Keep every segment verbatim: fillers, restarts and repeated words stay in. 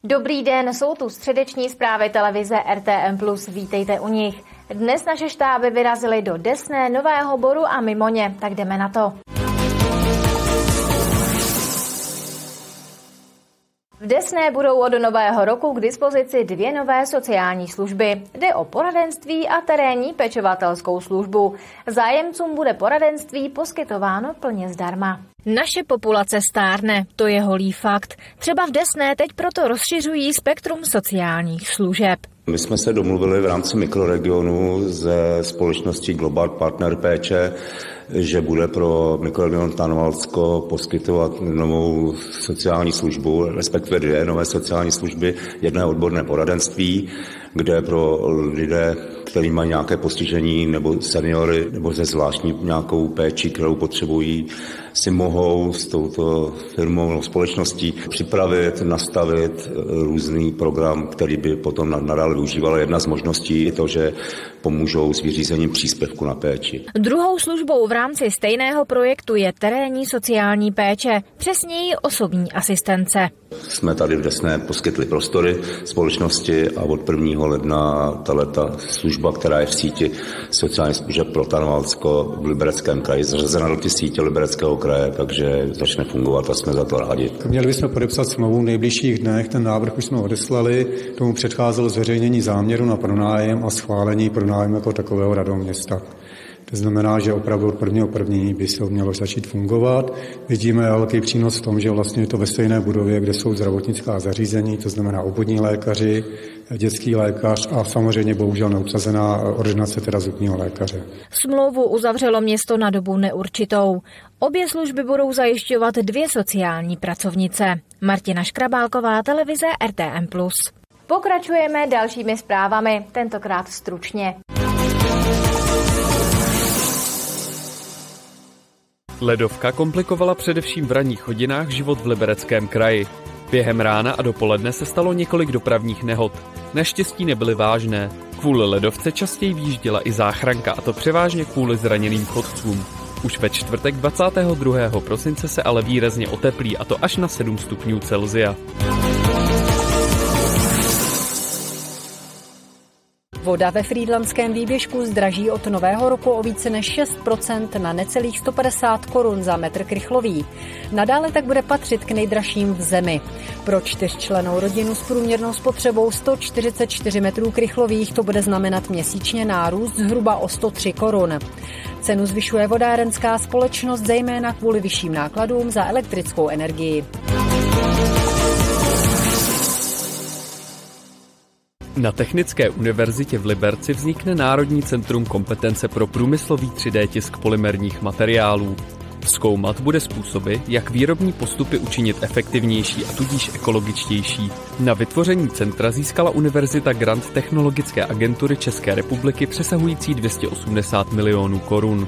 Dobrý den, jsou tu středeční zprávy televize R T M plus, vítejte u nich. Dnes naše štáby vyrazily do Desné, Nového Boru a mimo ně, tak jdeme na to. V Desné budou od nového roku k dispozici dvě nové sociální služby. Jde o poradenství a terénní pečovatelskou službu. Zájemcům bude poradenství poskytováno plně zdarma. Naše populace stárne, to je holý fakt. Třeba v Desné teď proto rozšiřují spektrum sociálních služeb. My jsme se domluvili v rámci mikroregionu ze společnosti Global Partner Péče, že bude pro mikroregion Tanvalsko poskytovat novou sociální službu, respektive dvě nové sociální služby, jedno odborné poradenství, kde pro lidé, kteří mají nějaké postižení, nebo seniory, nebo ze zvláštní nějakou péči, kterou potřebují, si mohou s touto firmou nebo společností připravit, nastavit různý program, který by potom nadále využíval. Jedna z možností je to, že pomůžou s vyřízením příspěvku na péči. Druhou službou v rámci stejného projektu je terénní sociální péče, přesněji osobní asistence. Jsme tady v Desné poskytli prostory společnosti a od prvního ledna tato služba, která je v síti sociální služeb pro Tanvalsko v Libereckém kraji, zařazena do té sítě Libereckého kraje, takže začne fungovat a jsme za to rádi. Měli bychom podepsat smlouvu v nejbližších dnech, ten návrh už jsme odeslali, tomu předcházelo zveřejnění záměru na pronájem a schválení pronájmu jako takového radou města. To znamená, že opravdu od prvního prvního by se mělo začít fungovat. Vidíme velký přínos v tom, že vlastně je to ve stejné budově, kde jsou zdravotnická zařízení, to znamená obvodní lékaři, dětský lékař a samozřejmě bohužel neobsazená ordinace teda zubního lékaře. Smlouvu uzavřelo město na dobu neurčitou. Obě služby budou zajišťovat dvě sociální pracovnice. Martina Škrabálková, televize R T M plus. Pokračujeme dalšími zprávami, tentokrát stručně. Ledovka komplikovala především v ranních hodinách život v Libereckém kraji. Během rána a dopoledne se stalo několik dopravních nehod. Naštěstí nebyly vážné. Kvůli ledovce častěji výjížděla i záchranka, a to převážně kvůli zraněným chodcům. Už ve čtvrtek dvacátého druhého prosince se ale výrazně oteplí, a to až na sedm stupňů Celsia. Voda ve Frýdlantském výběžku zdraží od nového roku o více než šest procent na necelých sto padesát korun za metr krychlový. Nadále tak bude patřit k nejdražším v zemi. Pro čtyřčlennou rodinu s průměrnou spotřebou sto čtyřicet čtyři metrů krychlových to bude znamenat měsíčně nárůst zhruba o sto tři korun. Cenu zvyšuje vodárenská společnost zejména kvůli vyšším nákladům za elektrickou energii. Na Technické univerzitě v Liberci vznikne Národní centrum kompetence pro průmyslový tři dé tisk polymerních materiálů. Zkoumat bude způsoby, jak výrobní postupy učinit efektivnější a tudíž ekologičtější. Na vytvoření centra získala univerzita grant Technologické agentury České republiky přesahující dvě stě osmdesát milionů korun.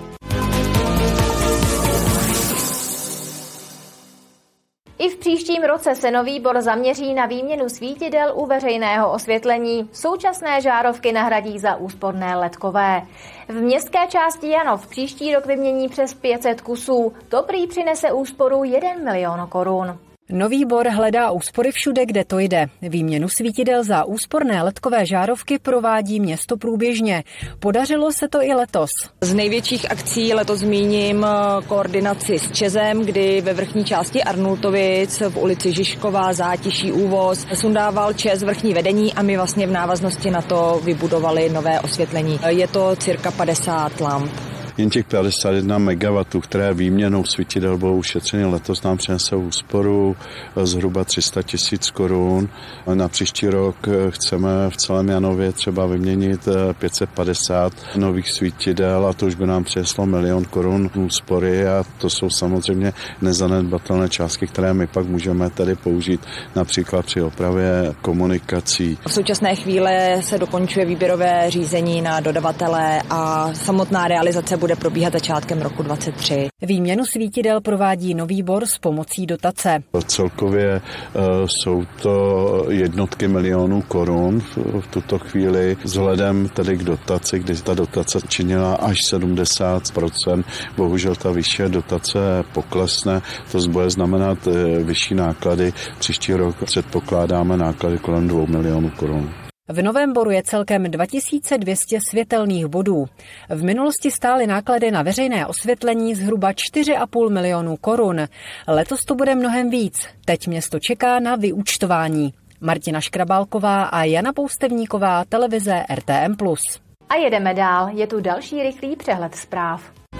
I v příštím roce se Nový Bor zaměří na výměnu svítidel u veřejného osvětlení. Současné žárovky nahradí za úsporné ledkové. V městské části Janov příští rok vymění přes pět set kusů. To prý přinese úsporu jeden milion korun. Nový Bor hledá úspory všude, kde to jde. Výměnu svítidel za úsporné ledkové žárovky provádí město průběžně. Podařilo se to i letos. Z největších akcí letos zmíním koordinaci s ČEZem, kdy ve vrchní části Arnultovic v ulici Žižková, Zátiší, Úvoz sundával ČEZ vrchní vedení a my vlastně v návaznosti na to vybudovali nové osvětlení. Je to cirka padesát lamp. Jen těch padesát jedna megawattů, které výměnou svítidel budou ušetřeny letos, nám přinesou úsporu zhruba tři sta tisíc korun. Na příští rok chceme v celém Janově třeba vyměnit pět set padesát nových svítidel a to už by nám přineslo milion korun úspory a to jsou samozřejmě nezanedbatelné částky, které my pak můžeme tady použít například při opravě komunikací. V současné chvíli se dokončuje výběrové řízení na dodavatele a samotná realizace bude probíhat začátkem roku dvacet tři. Výměnu svítidel provádí Nový Bor s pomocí dotace. Celkově uh, jsou to jednotky milionů korun v, v tuto chvíli vzhledem tedy k dotaci, kdy ta dotace činila až sedmdesát procent. Bohužel ta vyšší dotace poklesne, to bude znamenat uh, vyšší náklady. Příští rok předpokládáme náklady kolem dvou milionů korun. V Novém Boru je celkem dva tisíce dvě stě světelných bodů. V minulosti stály náklady na veřejné osvětlení zhruba čtyři a půl milionu korun. Letos to bude mnohem víc. Teď město čeká na vyúčtování. Martina Škrabálková a Jana Poustevníková, televize R T M plus. A jedeme dál. Je tu další rychlý přehled zpráv.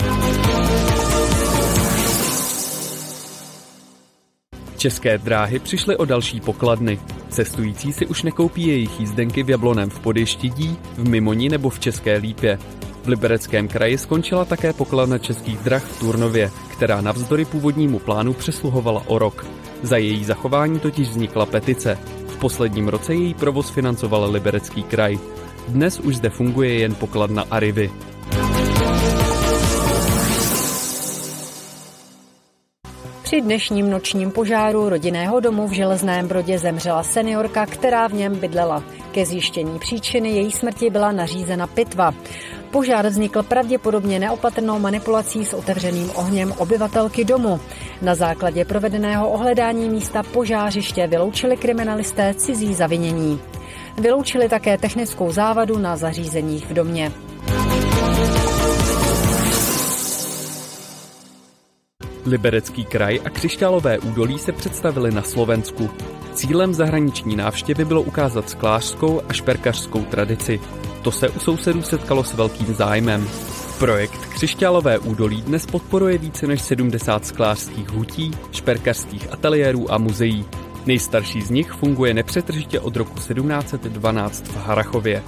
České dráhy přišly o další pokladny. Cestující si už nekoupí jejich jízdenky v Jablonném v Podještědí, v Mimoni nebo v České Lípě. V Libereckém kraji skončila také pokladna Českých drah v Turnově, která navzdory původnímu plánu přesluhovala o rok. Za její zachování totiž vznikla petice. V posledním roce její provoz financoval Liberecký kraj. Dnes už zde funguje jen pokladna Arrivy. Při dnešním nočním požáru rodinného domu v Železném Brodě zemřela seniorka, která v něm bydlela. Ke zjištění příčiny její smrti byla nařízena pitva. Požár vznikl pravděpodobně neopatrnou manipulací s otevřeným ohněm obyvatelky domu. Na základě provedeného ohledání místa požářiště vyloučili kriminalisté cizí zavinění. Vyloučili také technickou závadu na zařízeních v domě. Liberecký kraj a Křišťálové údolí se představili na Slovensku. Cílem zahraniční návštěvy bylo ukázat sklářskou a šperkařskou tradici. To se u sousedů setkalo s velkým zájmem. Projekt Křišťálové údolí dnes podporuje více než sedmdesát sklářských hutí, šperkařských ateliérů a muzeí. Nejstarší z nich funguje nepřetržitě od roku sedmnáct set dvanáct v Harrachově.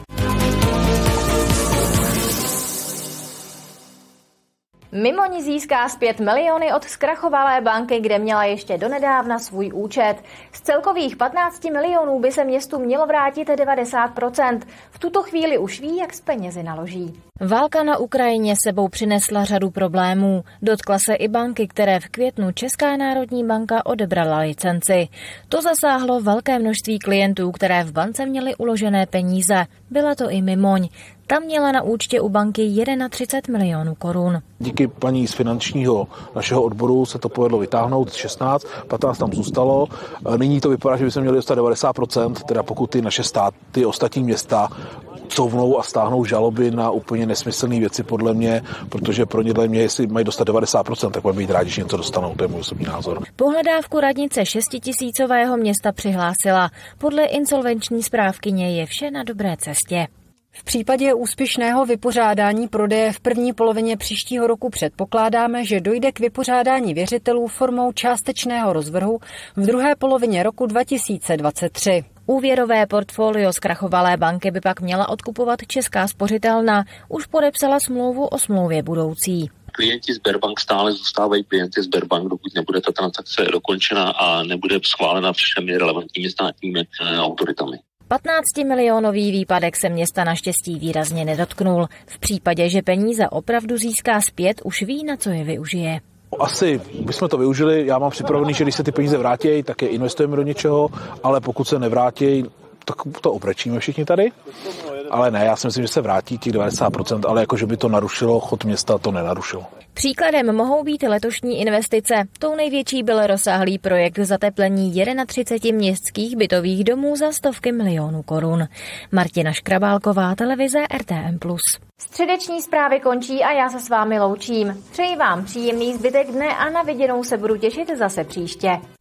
Mimoni získá zpět miliony od zkrachovalé banky, kde měla ještě donedávna svůj účet. Z celkových patnácti milionů by se městu mělo vrátit devadesát procent. V tuto chvíli už ví, jak s penězi naloží. Válka na Ukrajině sebou přinesla řadu problémů. Dotkla se i banky, které v květnu Česká národní banka odebrala licenci. To zasáhlo velké množství klientů, které v bance měly uložené peníze. Byla to i Mimoň. Tam měla na účtě u banky třicet jedna milionů korun. Díky paní z finančního našeho odboru se to povedlo vytáhnout šestnáct, patnáct tam zůstalo. Nyní to vypadá, že by se měli dostat devadesát procent, teda pokud ty naše státy, ostatní města couvnou a stáhnou žaloby na úplně nesmyslné věci podle mě, protože pro ně, dle mě, jestli mají dostat devadesát procent, tak mají být rádi, že něco dostanou, to je můj osobní názor. Pohledávku radnice šestitisícového města přihlásila. Podle insolvenční správkyně je vše na dobré cestě. V případě úspěšného vypořádání prodeje v první polovině příštího roku předpokládáme, že dojde k vypořádání věřitelů formou částečného rozvrhu v druhé polovině roku dva tisíce dvacet tři. Úvěrové portfolio zkrachovalé banky by pak měla odkupovat Česká spořitelna. Už podepsala smlouvu o smlouvě budoucí. Klienti Sberbank stále zůstávají klienty Sberbank, dokud nebude ta transakce dokončena a nebude schválena všemi relevantními státními autoritami. patnáctimilionový výpadek se města naštěstí výrazně nedotknul. V případě, že peníze opravdu získá zpět, už ví, na co je využije. Asi bychom to využili, já mám připravený, že když se ty peníze vrátí, tak je investujeme do něčeho, ale pokud se nevrátí, tak to obrečíme všichni tady. Ale ne, já si myslím, že se vrátí těch devadesát procent, ale jako, že by to narušilo chod města, to nenarušilo. Příkladem mohou být letošní investice. Tou největší byl rozsáhlý projekt zateplení třiceti jedna městských bytových domů za stovky milionů korun. Martina Škrabálková, televize R T M plus. Středeční zprávy končí a já se s vámi loučím. Přeji vám příjemný zbytek dne a na viděnou se budu těšit zase příště.